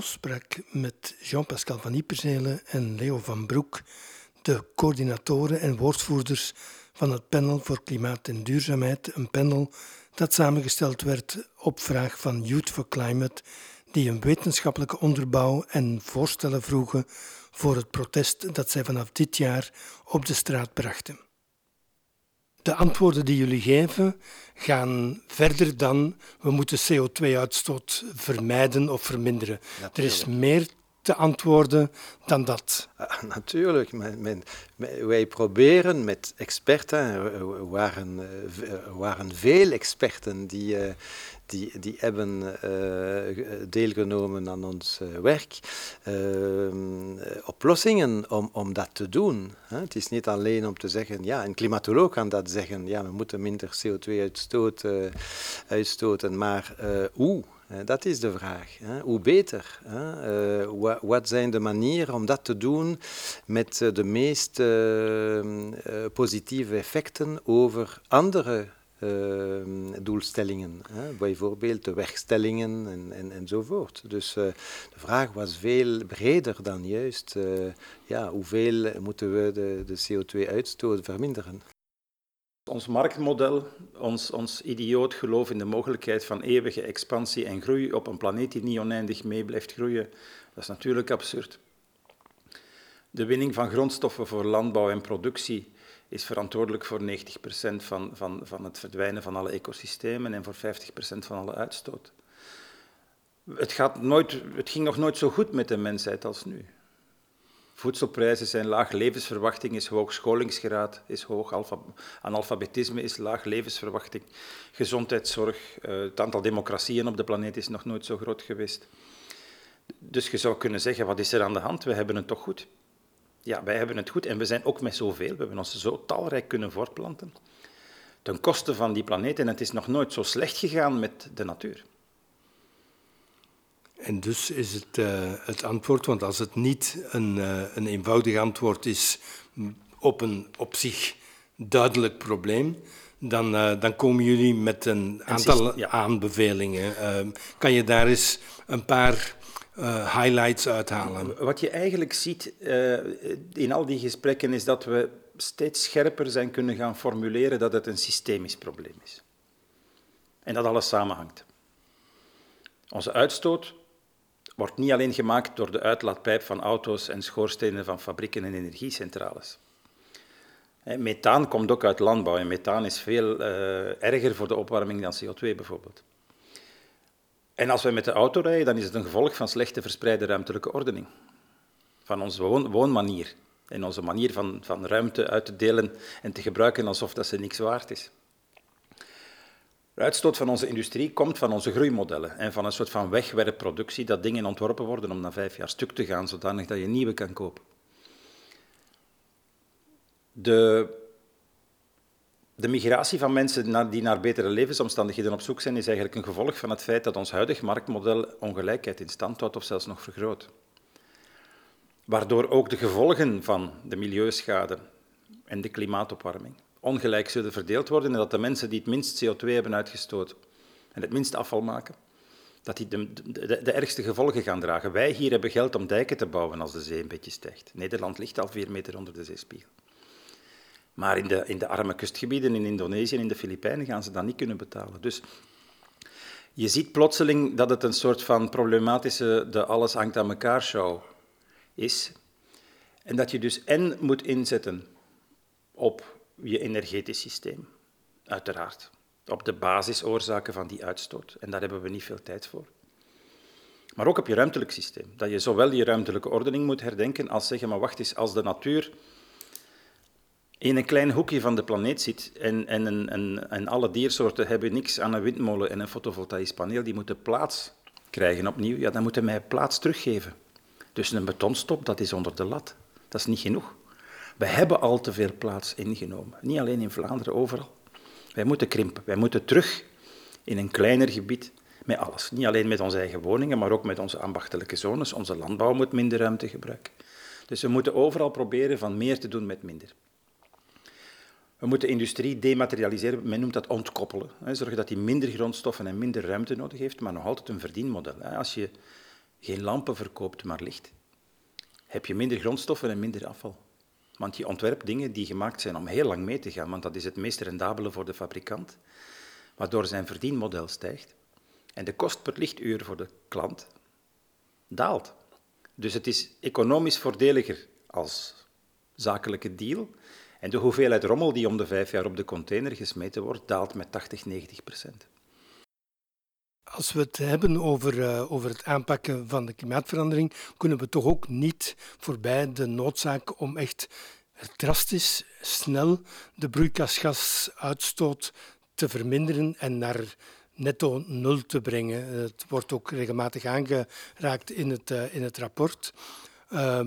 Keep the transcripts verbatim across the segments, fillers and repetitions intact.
sprak met Jean-Pascal van Ieperzele en Leo van Broek, de coördinatoren en woordvoerders van het panel voor klimaat en duurzaamheid, een panel dat samengesteld werd op vraag van Youth for Climate, die een wetenschappelijke onderbouw en voorstellen vroegen voor het protest dat zij vanaf dit jaar op de straat brachten. De antwoorden die jullie geven gaan verder dan we moeten C O twee uitstoot vermijden of verminderen. Natuurlijk. Er is meer te antwoorden dan dat. Uh, natuurlijk. Men, men, men, wij proberen met experten, er waren, er waren veel experten die, uh, die, die hebben uh, deelgenomen aan ons uh, werk, uh, oplossingen om, om dat te doen. Huh? Het is niet alleen om te zeggen, ja, een klimatoloog kan dat zeggen, ja, we moeten minder C O twee uitstoot, uh, uitstoten, maar uh, hoe? Uh, dat is de vraag. Hè? Hoe beter? Hè? Uh, wa- wat zijn de manieren om dat te doen met uh, de meest uh, uh, positieve effecten over andere uh, doelstellingen? Hè? Bijvoorbeeld de werkstellingen en, en, enzovoort. Dus uh, de vraag was veel breder dan juist uh, ja, hoeveel moeten we de, de C O twee uitstoot verminderen. Ons marktmodel, ons, ons idioot geloof in de mogelijkheid van eeuwige expansie en groei op een planeet die niet oneindig mee blijft groeien, dat is natuurlijk absurd. De winning van grondstoffen voor landbouw en productie is verantwoordelijk voor negentig procent van, van, van het verdwijnen van alle ecosystemen en voor vijftig procent van alle uitstoot. Het, gaat nooit, het ging nog nooit zo goed met de mensheid als nu. Voedselprijzen zijn laag, levensverwachting is hoog, scholingsgraad is hoog, alfa, analfabetisme is laag, levensverwachting, gezondheidszorg, uh, het aantal democratieën op de planeet is nog nooit zo groot geweest. Dus je zou kunnen zeggen, wat is er aan de hand? We hebben het toch goed? Ja, wij hebben het goed en we zijn ook met zoveel, we hebben ons zo talrijk kunnen voortplanten, ten koste van die planeet en het is nog nooit zo slecht gegaan met de natuur. En dus is het uh, het antwoord, want als het niet een, uh, een eenvoudig antwoord is op een op zich duidelijk probleem, dan, uh, dan komen jullie met een aantal ja. aanbevelingen. Uh, kan je daar eens een paar uh, highlights uithalen? Wat je eigenlijk ziet uh, in al die gesprekken is dat we steeds scherper zijn kunnen gaan formuleren dat het een systemisch probleem is. En dat alles samenhangt. Onze uitstoot wordt niet alleen gemaakt door de uitlaatpijp van auto's en schoorstenen van fabrieken en energiecentrales. Methaan komt ook uit landbouw en methaan is veel uh, erger voor de opwarming dan C O twee bijvoorbeeld. En als we met de auto rijden, dan is het een gevolg van slechte verspreide ruimtelijke ordening. Van onze woon- woonmanier en onze manier van, van ruimte uit te delen en te gebruiken alsof dat ze niks waard is. De uitstoot van onze industrie komt van onze groeimodellen en van een soort van wegwerpproductie dat dingen ontworpen worden om na vijf jaar stuk te gaan, zodanig dat je nieuwe kan kopen. De, de migratie van mensen naar, die naar betere levensomstandigheden op zoek zijn, is eigenlijk een gevolg van het feit dat ons huidig marktmodel ongelijkheid in stand houdt of zelfs nog vergroot. Waardoor ook de gevolgen van de milieuschade en de klimaatopwarming ongelijk zullen verdeeld worden en dat de mensen die het minst C O twee hebben uitgestoten en het minst afval maken, dat die de, de, de, de ergste gevolgen gaan dragen. Wij hier hebben geld om dijken te bouwen als de zee een beetje stijgt. Nederland ligt al vier meter onder de zeespiegel. Maar in de, in de arme kustgebieden in Indonesië en in de Filipijnen gaan ze dat niet kunnen betalen. Dus je ziet plotseling dat het een soort van problematische de alles hangt aan elkaar show is. En dat je dus en moet inzetten op je energetisch systeem, uiteraard. Op de basisoorzaken van die uitstoot. En daar hebben we niet veel tijd voor. Maar ook op je ruimtelijk systeem. Dat je zowel je ruimtelijke ordening moet herdenken als zeggen, maar wacht eens, als de natuur in een klein hoekje van de planeet zit en, en, en, en, en alle diersoorten hebben niks aan een windmolen en een fotovoltaïsch paneel, die moeten plaats krijgen opnieuw, ja, dan moeten wij plaats teruggeven. Dus een betonstop, dat is onder de lat. Dat is niet genoeg. Wij hebben al te veel plaats ingenomen. Niet alleen in Vlaanderen, overal. Wij moeten krimpen. Wij moeten terug in een kleiner gebied met alles. Niet alleen met onze eigen woningen, maar ook met onze ambachtelijke zones. Onze landbouw moet minder ruimte gebruiken. Dus we moeten overal proberen van meer te doen met minder. We moeten industrie dematerialiseren, men noemt dat ontkoppelen. Zorgen dat die minder grondstoffen en minder ruimte nodig heeft, maar nog altijd een verdienmodel. Als je geen lampen verkoopt, maar licht, heb je minder grondstoffen en minder afval. Want je ontwerpt dingen die gemaakt zijn om heel lang mee te gaan, want dat is het meest rendabele voor de fabrikant, waardoor zijn verdienmodel stijgt en de kost per lichtuur voor de klant daalt. Dus het is economisch voordeliger als zakelijke deal en de hoeveelheid rommel die om de vijf jaar op de container gesmeten wordt, daalt met tachtig, negentig procent. Als we het hebben over, uh, over het aanpakken van de klimaatverandering, kunnen we toch ook niet voorbij de noodzaak om echt drastisch, snel de broeikasgasuitstoot te verminderen en naar netto nul te brengen. Het wordt ook regelmatig aangeraakt in het, uh, in het rapport. Uh,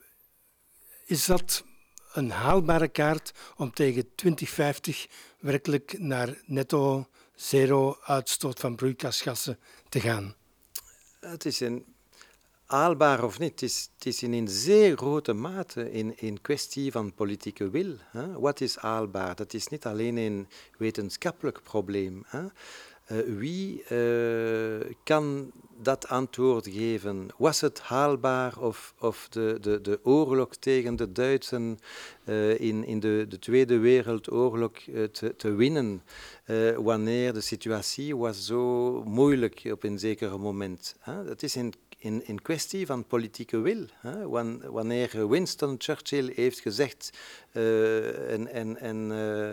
is dat een haalbare kaart om tegen twintig vijftig werkelijk naar netto zero uitstoot van broeikasgassen te gaan? Het is een haalbaar of niet, het is, het is in een zeer grote mate een, een kwestie van politieke wil. Hè? Wat is haalbaar? Dat is niet alleen een wetenschappelijk probleem. Hè? Uh, wie uh, kan dat antwoord geven? Was het haalbaar of, of de, de, de oorlog tegen de Duitsers uh, in, in de, de Tweede Wereldoorlog uh, te, te winnen uh, wanneer de situatie was zo moeilijk op een zeker moment? Hè? Dat is een In, in kwestie van politieke wil. Hè? Wanneer Winston Churchill heeft gezegd uh, en, en, en uh,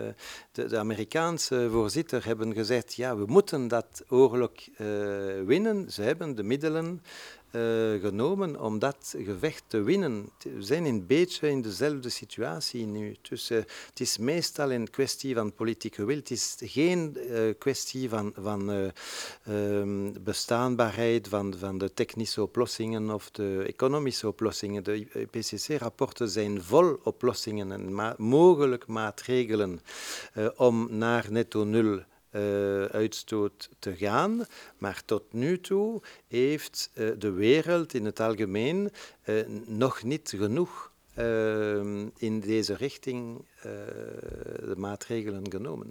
de, de Amerikaanse voorzitter hebben gezegd, ja, we moeten dat oorlog uh, winnen. Ze hebben de middelen uh, genomen om dat gevecht te winnen. We zijn een beetje in dezelfde situatie nu. Dus uh, het is meestal een kwestie van politieke wil. Het is geen uh, kwestie van, van uh, um, bestaanbaarheid van, van de technische oplossingen of de economische oplossingen. De I P C C-rapporten zijn vol oplossingen en ma- mogelijk maatregelen uh, om naar netto nul Uh, uitstoot te gaan, maar tot nu toe heeft uh, de wereld in het algemeen uh, nog niet genoeg uh, in deze richting uh, de maatregelen genomen.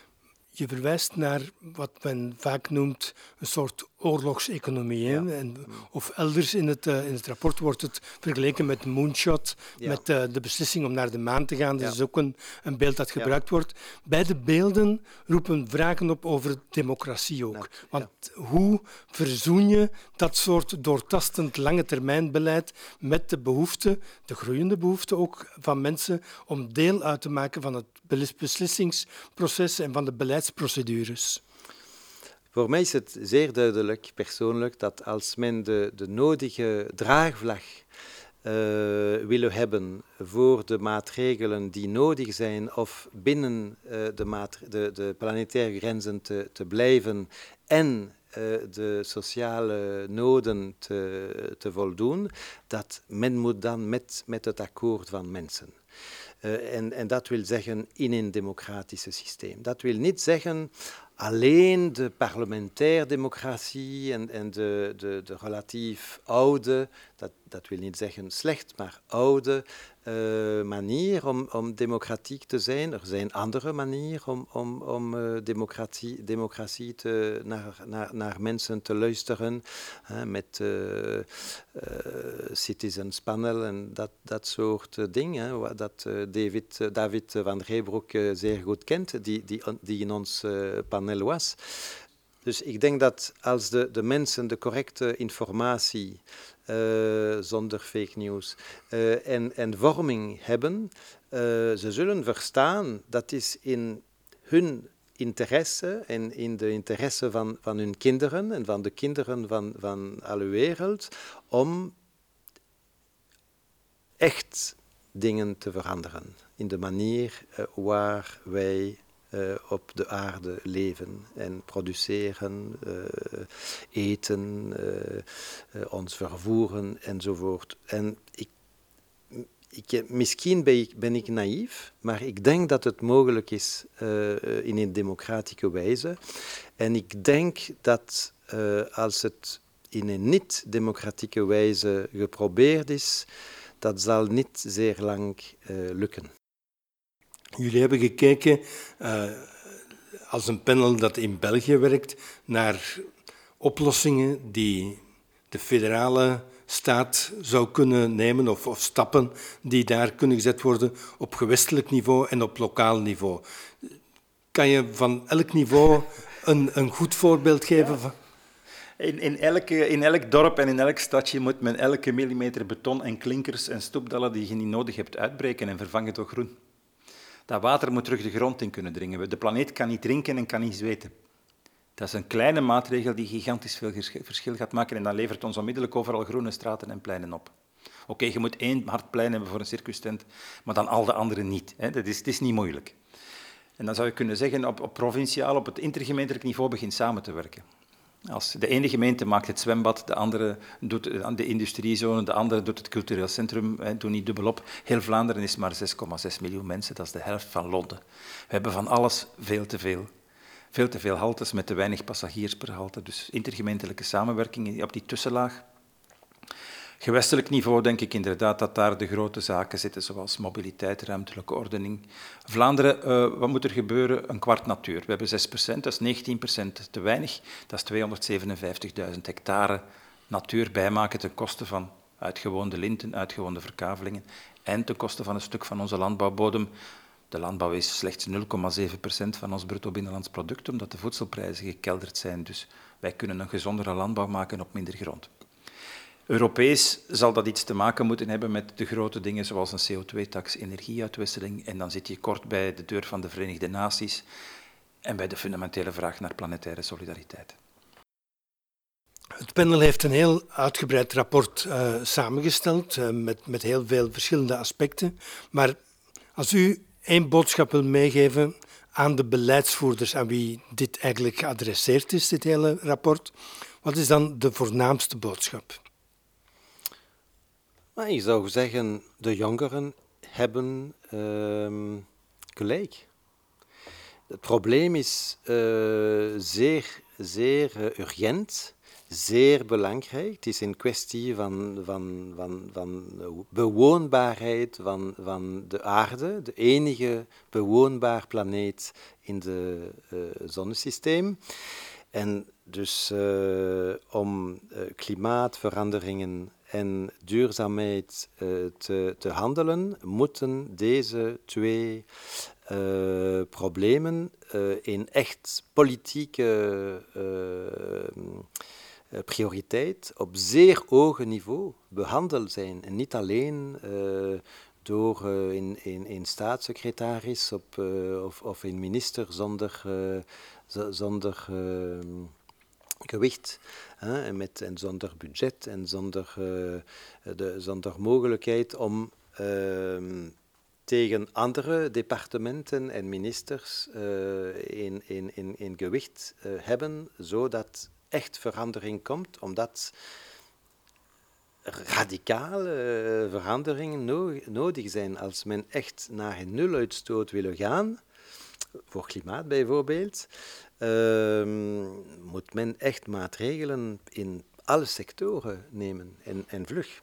Je verwijst naar wat men vaak noemt een soort oorlogseconomie. Ja. En, of elders in het, uh, in het rapport wordt het vergeleken met moonshot, ja. met uh, de beslissing om naar de maan te gaan. Dat ja. is ook een, een beeld dat gebruikt ja. wordt. Beide beelden roepen vragen op over democratie ook. Ja. Want ja. hoe verzoen je dat soort doortastend lange termijnbeleid met de behoefte, de groeiende behoefte ook van mensen om deel uit te maken van het beslissingsproces en van de beleidsprocedures? Voor mij is het zeer duidelijk, persoonlijk, dat als men de, de nodige draagvlak uh, wil hebben voor de maatregelen die nodig zijn of binnen uh, de, maat- de, de planetaire grenzen te, te blijven en uh, de sociale noden te, te voldoen, dat men moet dan met, met het akkoord van mensen. Uh, en, en dat wil zeggen in een democratisch systeem. Dat wil niet zeggen alleen de parlementaire democratie en, en de, de, de relatief oude, dat, dat wil niet zeggen slecht, maar oude uh, manier om, om democratiek te zijn. Er zijn andere manieren om, om, om uh, democratie, democratie te, naar, naar, naar mensen te luisteren, uh, met uh, uh, citizens panel en dat, dat soort uh, dingen, dat uh, David, uh, David van Reybrouck uh, zeer goed kent, die, die, die in ons uh, panel was. Dus ik denk dat als de, de mensen de correcte informatie, uh, zonder fake news, uh, en, en vorming hebben, uh, ze zullen verstaan dat is in hun interesse en in de interesse van, van hun kinderen en van de kinderen van, van alle wereld om echt dingen te veranderen in de manier uh, waar wij Uh, op de aarde leven en produceren, uh, eten, uh, uh, ons vervoeren enzovoort. En ik, ik, misschien ben ik, ben ik naïef, maar ik denk dat het mogelijk is uh, in een democratische wijze. En ik denk dat uh, als het in een niet-democratieke wijze geprobeerd is, dat zal niet zeer lang uh, lukken. Jullie hebben gekeken, uh, als een panel dat in België werkt, naar oplossingen die de federale staat zou kunnen nemen, of, of stappen die daar kunnen gezet worden op gewestelijk niveau en op lokaal niveau. Kan je van elk niveau een, een goed voorbeeld geven? Ja. Van... In, in, elke, in elk dorp en in elk stadje moet men elke millimeter beton en klinkers en stoepdallen die je niet nodig hebt uitbreken en vervangen door groen. Dat water moet terug de grond in kunnen dringen. De planeet kan niet drinken en kan niet zweten. Dat is een kleine maatregel die gigantisch veel verschil gaat maken en dat levert ons onmiddellijk overal groene straten en pleinen op. Oké, okay, je moet één hard plein hebben voor een circustent, maar dan al de anderen niet. Hè. Dat is, het is niet moeilijk. En dan zou je kunnen zeggen, op, op provinciaal, op het intergemeentelijk niveau begint samen te werken. Als de ene gemeente maakt het zwembad, de andere doet de industriezone, de andere doet het cultureel centrum, hè, doe niet dubbelop. Heel Vlaanderen is maar zes komma zes miljoen mensen, dat is de helft van Londen. We hebben van alles veel te veel. Veel te veel haltes met te weinig passagiers per halte. Dus intergemeentelijke samenwerking op die tussenlaag. Gewestelijk niveau denk ik inderdaad dat daar de grote zaken zitten, zoals mobiliteit, ruimtelijke ordening. Vlaanderen, uh, wat moet er gebeuren? Een kwart natuur. We hebben zes procent, dat is negentien procent te weinig. Dat is tweehonderdzevenenvijftigduizend hectare natuur bijmaken ten koste van uitgewoonde linten, uitgewoonde verkavelingen en ten koste van een stuk van onze landbouwbodem. De landbouw is slechts nul komma zeven procent van ons bruto binnenlands product, omdat de voedselprijzen gekelderd zijn. Dus wij kunnen een gezondere landbouw maken op minder grond. Europees zal dat iets te maken moeten hebben met de grote dingen zoals een C O twee tax, energieuitwisseling. En dan zit je kort bij de deur van de Verenigde Naties en bij de fundamentele vraag naar planetaire solidariteit. Het panel heeft een heel uitgebreid rapport uh, samengesteld uh, met, met heel veel verschillende aspecten. Maar als u één boodschap wil meegeven aan de beleidsvoerders aan wie dit eigenlijk geadresseerd is, dit hele rapport, wat is dan de voornaamste boodschap? Maar ik zou zeggen, de jongeren hebben uh, gelijk. Het probleem is uh, zeer, zeer uh, urgent, zeer belangrijk. Het is een kwestie van, van, van, van bewoonbaarheid van, van de aarde, de enige bewoonbaar planeet in het uh, zonnesysteem. En dus uh, om uh, klimaatveranderingen en duurzaamheid uh, te, te handelen, moeten deze twee uh, problemen uh, in echt politieke uh, prioriteit op zeer hoog niveau behandeld zijn. En niet alleen uh, door uh, een, een, een staatssecretaris op, uh, of, of een minister zonder, uh, zonder uh, gewicht, hè, en, met, en zonder budget en zonder, uh, de, zonder mogelijkheid om uh, tegen andere departementen en ministers uh, in, in, in, in gewicht uh, hebben, zodat echt verandering komt, omdat radicale uh, veranderingen no- nodig zijn. Als men echt naar een nuluitstoot wil gaan, voor klimaat bijvoorbeeld, uh, moet men echt maatregelen in alle sectoren nemen en, en vlug.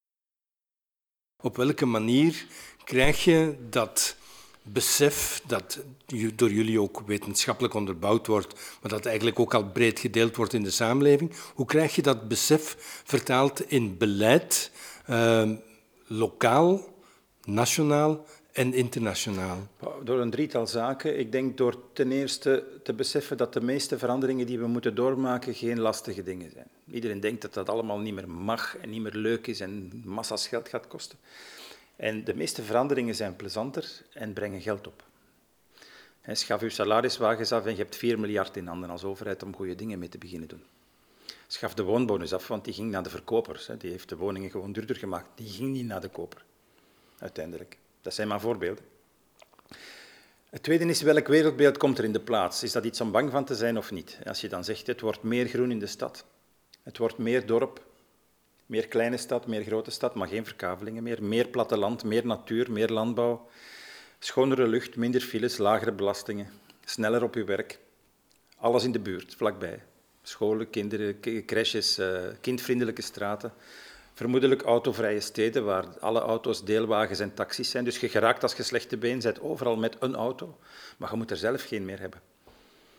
Op welke manier krijg je dat besef dat door jullie ook wetenschappelijk onderbouwd wordt, maar dat eigenlijk ook al breed gedeeld wordt in de samenleving, hoe krijg je dat besef vertaald in beleid, uh, lokaal, nationaal en internationaal? Door een drietal zaken. Ik denk door ten eerste te beseffen dat de meeste veranderingen die we moeten doormaken geen lastige dingen zijn. Iedereen denkt dat dat allemaal niet meer mag en niet meer leuk is en massa's geld gaat kosten. En de meeste veranderingen zijn plezanter en brengen geld op. Schaf je salariswagens af en je hebt vier miljard in handen als overheid om goede dingen mee te beginnen doen. Schaf de woonbonus af, want die ging naar de verkopers. Die heeft de woningen gewoon duurder gemaakt. Die ging niet naar de koper, uiteindelijk. Dat zijn maar voorbeelden. Het tweede is, welk wereldbeeld komt er in de plaats? Is dat iets om bang van te zijn of niet? Als je dan zegt, het wordt meer groen in de stad, het wordt meer dorp, meer kleine stad, meer grote stad, maar geen verkavelingen meer, meer platteland, meer natuur, meer landbouw, schonere lucht, minder files, lagere belastingen, sneller op je werk, alles in de buurt, vlakbij. Scholen, kinderen, crèches, kindvriendelijke straten. Vermoedelijk autovrije steden waar alle auto's deelwagens en taxis zijn. Dus je geraakt als je slechte been bent overal met een auto, maar je moet er zelf geen meer hebben.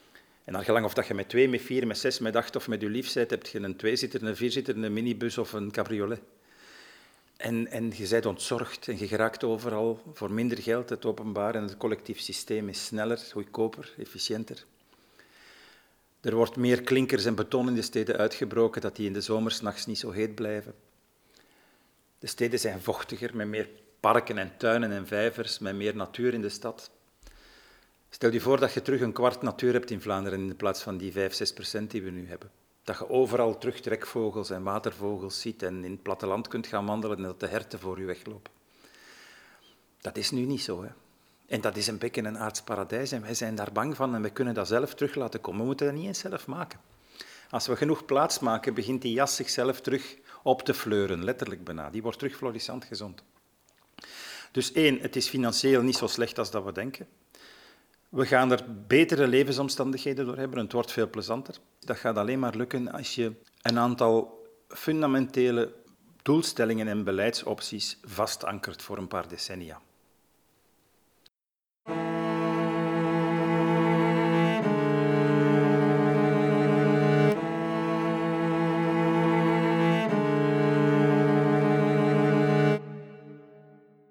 En naar gelang of dat je met twee, met vier, met zes, met acht of met je lief bent, heb je een tweezitter, een vierzitter, een minibus of een cabriolet. En, en je bent ontzorgd en je geraakt overal voor minder geld. Het openbaar en het collectief systeem is sneller, goedkoper, efficiënter. Er wordt meer klinkers en beton in de steden uitgebroken, dat die in de zomer 's nachts niet zo heet blijven. De steden zijn vochtiger, met meer parken en tuinen en vijvers, met meer natuur in de stad. Stel je voor dat je terug een kwart natuur hebt in Vlaanderen in plaats van die vijf, zes procent die we nu hebben. Dat je overal terug trekvogels en watervogels ziet en in het platteland kunt gaan wandelen en dat de herten voor je weglopen. Dat is nu niet zo, hè. En dat is een beetje een aards paradijs en wij zijn daar bang van en we kunnen dat zelf terug laten komen. We moeten dat niet eens zelf maken. Als we genoeg plaats maken, begint die jas zichzelf terug op te fleuren, letterlijk bijna. Die wordt terug florissant gezond. Dus één, het is financieel niet zo slecht als dat we denken. We gaan er betere levensomstandigheden door hebben, het wordt veel plezanter. Dat gaat alleen maar lukken als je een aantal fundamentele doelstellingen en beleidsopties vastankert voor een paar decennia.